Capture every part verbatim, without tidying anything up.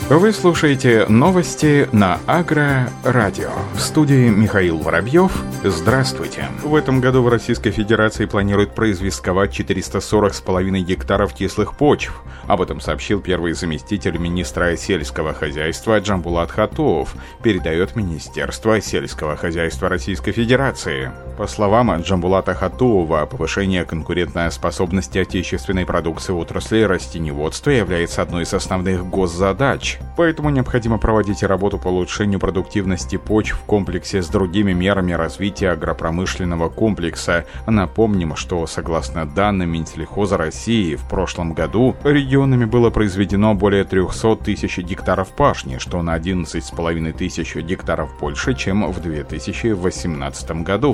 Вы слушаете новости на Агро-радио. В студии Михаил Воробьев. Здравствуйте. В этом году в Российской Федерации планируют производствовать четыреста сорок с половиной гектаров кислых почв. Об этом сообщил первый заместитель министра сельского хозяйства Джамбулат Хатуов, передает Министерство сельского хозяйства Российской Федерации. По словам Джамбулата Хатуова, повышение конкурентоспособности отечественной продукции отрасли растениеводства является одной из основных госзадач. Поэтому необходимо проводить работу по улучшению продуктивности почв в комплексе с другими мерами развития агропромышленного комплекса. Напомним, что согласно данным Минсельхоза России, в прошлом году регионами было произведено более триста тысяч гектаров пашни, что на одиннадцать с половиной тысяч гектаров больше, чем в две тысячи восемнадцатом году.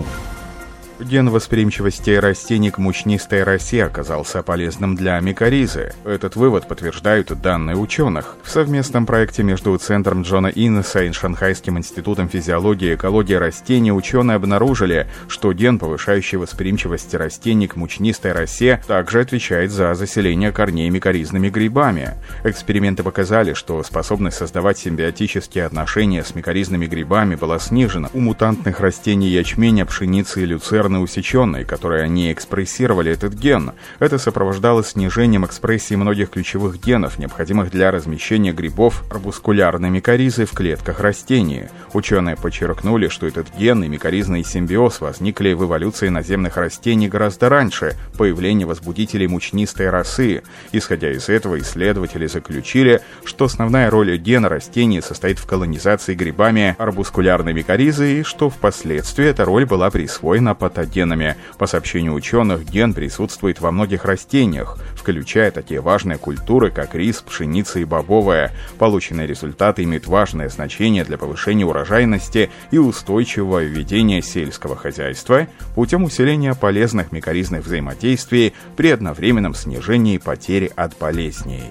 Ген восприимчивости растений к мучнистой росе оказался полезным для микоризы. Этот вывод подтверждают данные ученых. В совместном проекте между Центром Джона Иннеса и Шанхайским институтом физиологии и экологии растений ученые обнаружили, что ген, повышающий восприимчивость растений к мучнистой росе, также отвечает за заселение корней микоризными грибами. Эксперименты показали, что способность создавать симбиотические отношения с микоризными грибами была снижена у мутантных растений ячменя, пшеницы и люцерны усеченной, которые они экспрессировали этот ген. Это сопровождалось снижением экспрессии многих ключевых генов, необходимых для размещения грибов арбускулярной микоризы в клетках растений. Ученые подчеркнули, что этот ген и микоризный симбиоз возникли в эволюции наземных растений гораздо раньше появления возбудителей мучнистой росы. Исходя из этого, исследователи заключили, что основная роль гена растений состоит в колонизации грибами арбускулярной микоризы и что впоследствии эта роль была присвоена патогенами. По сообщению ученых, ген присутствует во многих растениях, включая такие важные культуры, как рис, пшеница и бобовая. Полученные результаты имеют важное значение для повышения урожайности и устойчивого ведения сельского хозяйства путем усиления полезных микоризных взаимодействий при одновременном снижении потери от болезней.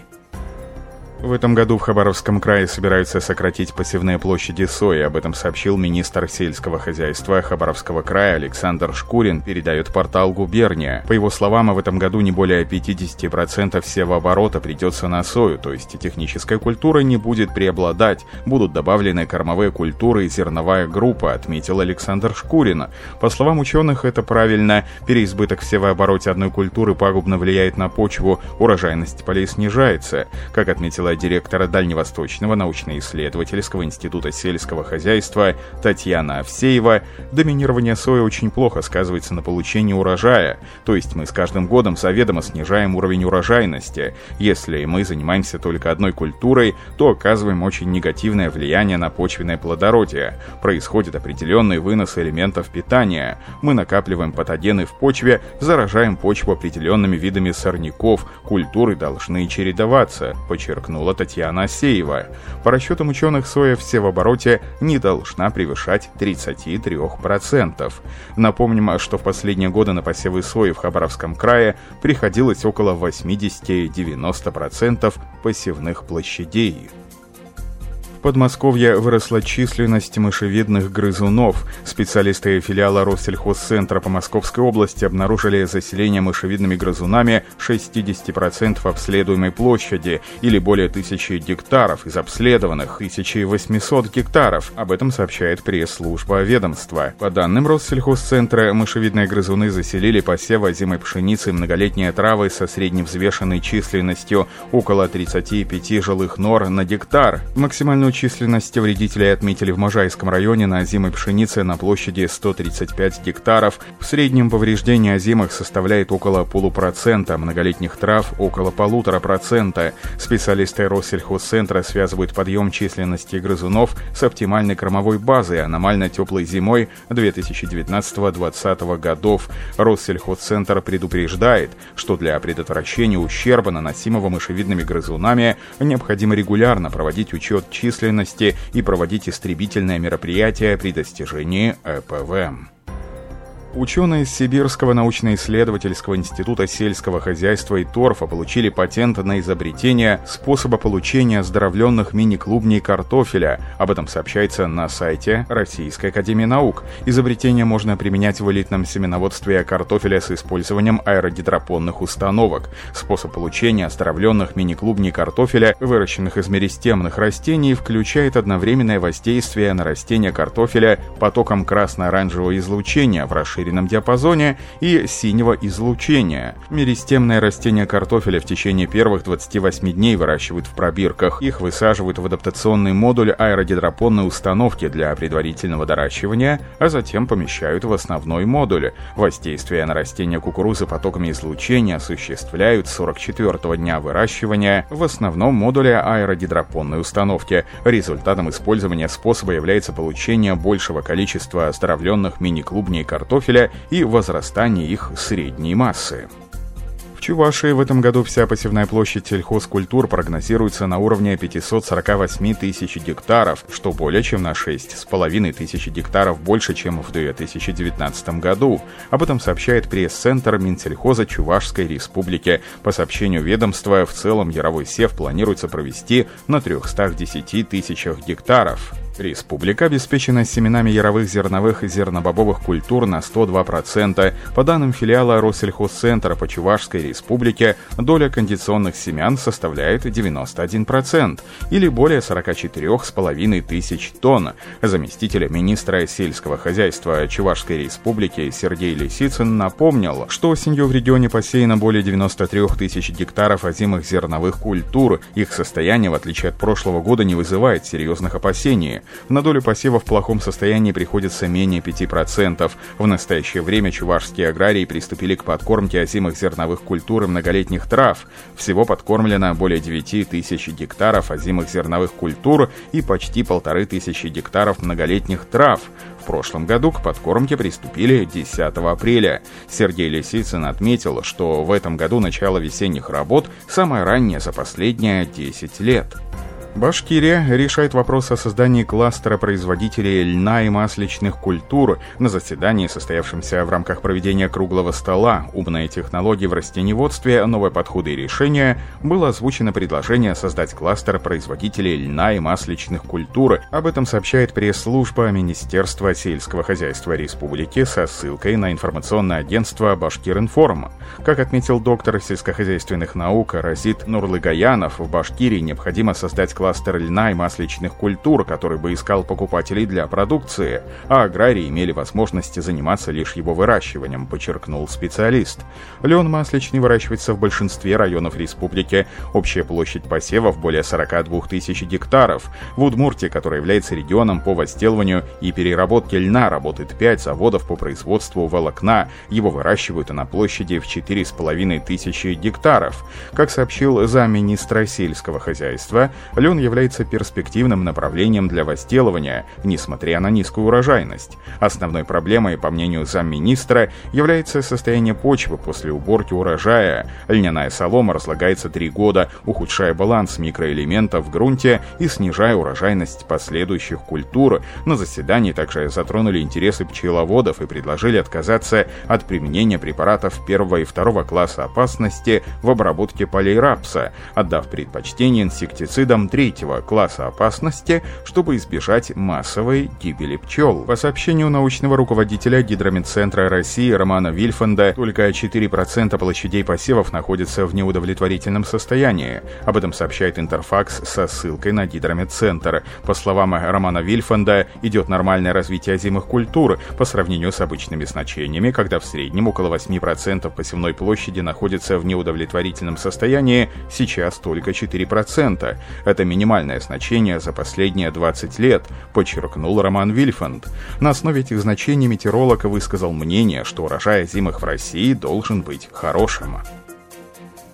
В этом году в Хабаровском крае собираются сократить посевные площади сои. Об этом сообщил министр сельского хозяйства Хабаровского края Александр Шкурин, передает портал «Губерния». По его словам, в этом году не более пятьдесят процентов севооборота придется на сою, то есть техническая культура не будет преобладать. Будут добавлены кормовые культуры и зерновая группа, отметил Александр Шкурин. По словам ученых, это правильно. Переизбыток в севообороте одной культуры пагубно влияет на почву, урожайность полей снижается. Как отметила директора Дальневосточного научно-исследовательского института сельского хозяйства Татьяна Овсеева, доминирование сои очень плохо сказывается на получении урожая. То есть мы с каждым годом заведомо снижаем уровень урожайности. Если мы занимаемся только одной культурой, то оказываем очень негативное влияние на почвенное плодородие. Происходит определенный вынос элементов питания. Мы накапливаем патогены в почве, заражаем почву определенными видами сорняков. Культуры должны чередоваться, подчеркнул Татьяна Осеева. По расчетам ученых, соя в севообороте не должна превышать тридцать три процента. Напомним, что в последние годы на посевы сои в Хабаровском крае приходилось около восемьдесят-девяносто процентов посевных площадей. В Подмосковье выросла численность мышевидных грызунов. Специалисты филиала Россельхозцентра по Московской области обнаружили заселение мышевидными грызунами шестьдесят процентов обследуемой площади, или более тысячи гектаров, из обследованных тысяча восемьсот гектаров. Об этом сообщает пресс-служба ведомства. По данным Россельхозцентра, мышевидные грызуны заселили посевы озимой пшеницы и многолетние травы со средневзвешенной численностью около тридцати пяти жилых нор на гектар. Максимальную численность вредителей отметили в Можайском районе на озимой пшенице на площади сто тридцать пять гектаров. В среднем повреждение озимых составляет около полупроцента, многолетних трав около полутора процента. Специалисты Россельхозцентра связывают подъем численности грызунов с оптимальной кормовой базой аномально теплой зимой две тысячи девятнадцатого-двадцатого годов. Россельхозцентр предупреждает, что для предотвращения ущерба, наносимого мышевидными грызунами, необходимо регулярно проводить учет численности и проводить истребительные мероприятия при достижении ЭПВ. Ученые из Сибирского научно-исследовательского института сельского хозяйства и торфа получили патент на изобретение способа получения оздоровленных мини-клубней картофеля. Об этом сообщается на сайте Российской академии наук. Изобретение можно применять в элитном семеноводстве картофеля с использованием аэрогидропонных установок. Способ получения оздоровленных мини-клубней картофеля, выращенных из меристемных растений, включает одновременное воздействие на растения картофеля потоком красно-оранжевого излучения в расширенном диапазоне и синего излучения. Меристемные растения картофеля в течение первых двадцати восьми дней выращивают в пробирках. Их высаживают в адаптационный модуль аэрогидропонной установки для предварительного доращивания, а затем помещают в основной модуль. Воздействие на растения кукурузы потоками излучения осуществляют с сорок четвёртого дня выращивания в основном модуле аэрогидропонной установки. Результатом использования способа является получение большего количества оздоровленных мини-клубней картофеля и возрастание их средней массы. В Чувашии в этом году вся посевная площадь сельхозкультур прогнозируется на уровне пятьсот сорок восемь тысяч гектаров, что более чем на шесть с половиной тысяч гектаров больше, чем в две тысячи девятнадцатом году. Об этом сообщает пресс-центр Минсельхоза Чувашской Республики. По сообщению ведомства, в целом яровой сев планируется провести на трехстах десяти тысячах гектаров. Республика обеспечена семенами яровых зерновых и зернобобовых культур на сто два процента. По данным филиала Россельхозцентра по Чувашской Республике, доля кондиционных семян составляет девяносто один процент, или более сорок четыре с половиной тысяч тонн. Заместитель министра сельского хозяйства Чувашской Республики Сергей Лисицын напомнил, что осенью в регионе посеяно более девяноста трёх тысяч гектаров озимых зерновых культур. Их состояние, в отличие от прошлого года, не вызывает серьезных опасений. На долю посева в плохом состоянии приходится менее пяти процентов. В настоящее время чувашские аграрии приступили к подкормке озимых зерновых культур и многолетних трав. Всего подкормлено более девяти тысяч гектаров озимых зерновых культур и почти полторы тысячи гектаров многолетних трав. В прошлом году к подкормке приступили десятого апреля. Сергей Лисицын отметил, что в этом году начало весенних работ самое раннее за последние десять лет. Башкирия решает вопрос о создании кластера производителей льна и масличных культур. На заседании, состоявшемся в рамках проведения круглого стола «Умные технологии в растениеводстве. Новые подходы и решения», было озвучено предложение создать кластер производителей льна и масличных культур. Об этом сообщает пресс-служба Министерства сельского хозяйства Республики со ссылкой на информационное агентство «Башкиринформ». Как отметил доктор сельскохозяйственных наук Разит Нурлыгаянов, в Башкирии необходимо создать кластер кластер льна и масличных культур, который бы искал покупателей для продукции, а аграрии имели возможность заниматься лишь его выращиванием, подчеркнул специалист. Лен масличный выращивается в большинстве районов республики. Общая площадь посевов более сорока двух тысяч гектаров. В Удмуртии, которая является регионом по возделыванию и переработке льна, работает пять заводов по производству волокна. Его выращивают на площади в четыре с половиной тысячи гектаров. Как сообщил замминистра сельского хозяйства, лен является перспективным направлением для возделывания, несмотря на низкую урожайность. Основной проблемой, по мнению замминистра, является состояние почвы после уборки урожая. Льняная солома разлагается три года, ухудшая баланс микроэлементов в грунте и снижая урожайность последующих культур. На заседании также затронули интересы пчеловодов и предложили отказаться от применения препаратов первого и второго класса опасности в обработке полей рапса, отдав предпочтение инсектицидам третьего класса опасности, чтобы избежать массовой гибели пчел. По сообщению научного руководителя Гидрометцентра России Романа Вильфанда, только четыре процента площадей посевов находятся в неудовлетворительном состоянии. Об этом сообщает Интерфакс со ссылкой на Гидрометцентр. По словам Романа Вильфанда, идет нормальное развитие озимых культур по сравнению с обычными значениями, когда в среднем около восемь процентов посевной площади находится в неудовлетворительном состоянии, сейчас только четыре процента. Это минимальное значение за последние двадцать лет, подчеркнул Роман Вильфанд. На основе этих значений метеоролог высказал мнение, что урожай озимых в России должен быть хорошим.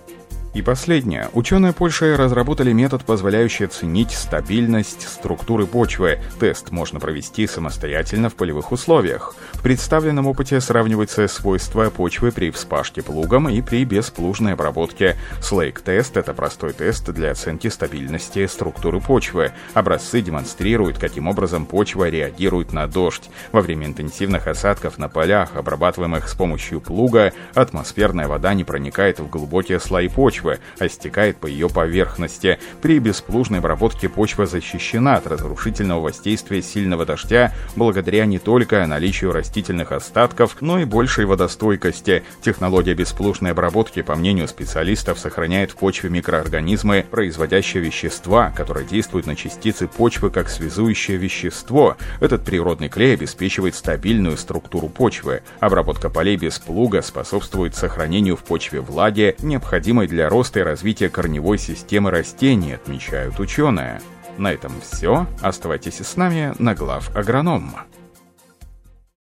И последнее. Ученые Польши разработали метод, позволяющий оценить стабильность структуры почвы. Тест можно провести самостоятельно в полевых условиях. В представленном опыте сравниваются свойства почвы при вспашке плугом и при бесплужной обработке. Слейк-тест — это простой тест для оценки стабильности структуры почвы. Образцы демонстрируют, каким образом почва реагирует на дождь. Во время интенсивных осадков на полях, обрабатываемых с помощью плуга, атмосферная вода не проникает в глубокие слои почвы, а стекает по ее поверхности. При бесплужной обработке почва защищена от разрушительного воздействия сильного дождя благодаря не только наличию растительных остатков, но и большей водостойкости. Технология бесплужной обработки, по мнению специалистов, сохраняет в почве микроорганизмы, производящие вещества, которые действуют на частицы почвы как связующее вещество. Этот природный клей обеспечивает стабильную структуру почвы. Обработка полей без плуга способствует сохранению в почве влаги, необходимой для роста и развития корневой системы растений, отмечают ученые. На этом все. Оставайтесь с нами на Глав Агроном.